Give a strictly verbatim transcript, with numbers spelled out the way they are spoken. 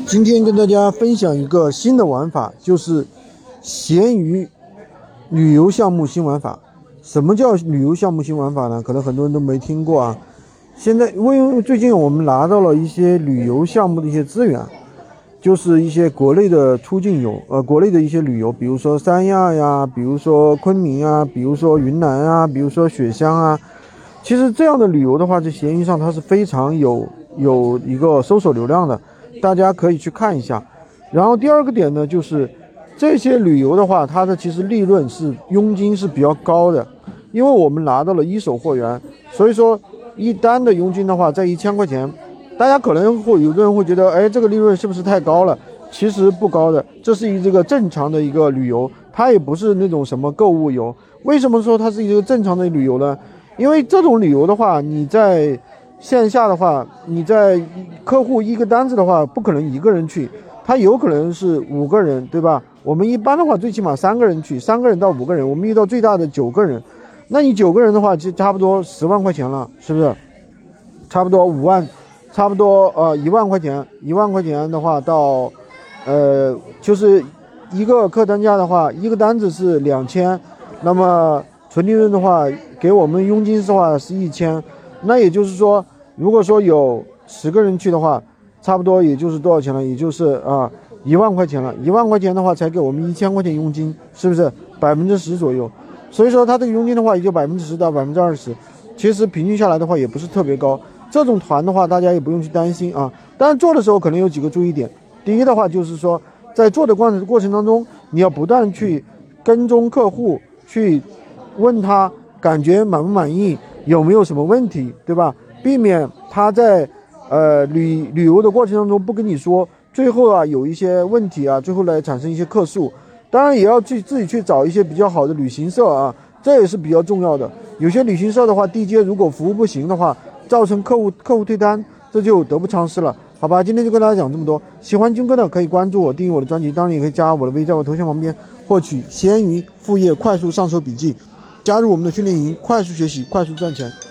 今天跟大家分享一个新的玩法，就是闲鱼旅游项目新玩法。什么叫旅游项目新玩法呢？可能很多人都没听过啊。现在因为最近我们拿到了一些旅游项目的一些资源，就是一些国内的出境游，呃，国内的一些旅游，比如说三亚呀，比如说昆明啊，比如说云南啊，比如说雪乡啊。其实这样的旅游的话，在闲鱼上它是非常有有一个搜索流量的，大家可以去看一下。然后第二个点呢，就是这些旅游的话，它的其实利润是佣金是比较高的，因为我们拿到了一手货源，所以说一单的佣金的话在一千块钱，大家可能会有的人会觉得，哎，这个利润是不是太高了？其实不高的，这是一这个正常的一个旅游，它也不是那种什么购物游。为什么说它是一个正常的旅游呢？因为这种旅游的话，你在线下的话，你在客户一个单子的话，不可能一个人去，他有可能是五个人，对吧？我们一般的话，最起码三个人去，三个人到五个人，我们遇到最大的九个人，那你九个人的话，就差不多十万块钱了，是不是？差不多五万，差不多呃一万块钱，一万块钱的话到，呃就是一个客单价的话，一个单子是两千，那么纯利润的话，给我们佣金的话是一千，那也就是说，如果说有十个人去的话，差不多也就是多少钱了？也就是啊一万块钱了。一万块钱的话，才给我们一千块钱佣金，是不是百分之十左右？所以说，它这个佣金的话，也就百分之十到百分之二十，其实平均下来的话，也不是特别高。这种团的话，大家也不用去担心啊。当然做的时候可能有几个注意点。第一的话，就是说，在做的过程过程当中，你要不断去跟踪客户，去问他感觉满不满意，有没有什么问题，对吧？避免他在呃旅旅游的过程当中不跟你说，最后啊有一些问题啊，最后来产生一些客诉。当然也要去自己去找一些比较好的旅行社啊，这也是比较重要的。有些旅行社的话，地接如果服务不行的话，造成客户客户退单，这就得不偿失了。好吧，今天就跟大家讲这么多。喜欢军哥的可以关注我，订阅我的专辑，当然也可以加我的微，在我头像旁边获取闲鱼副业快速上手笔记。加入我们的训练营，快速学习，快速赚钱。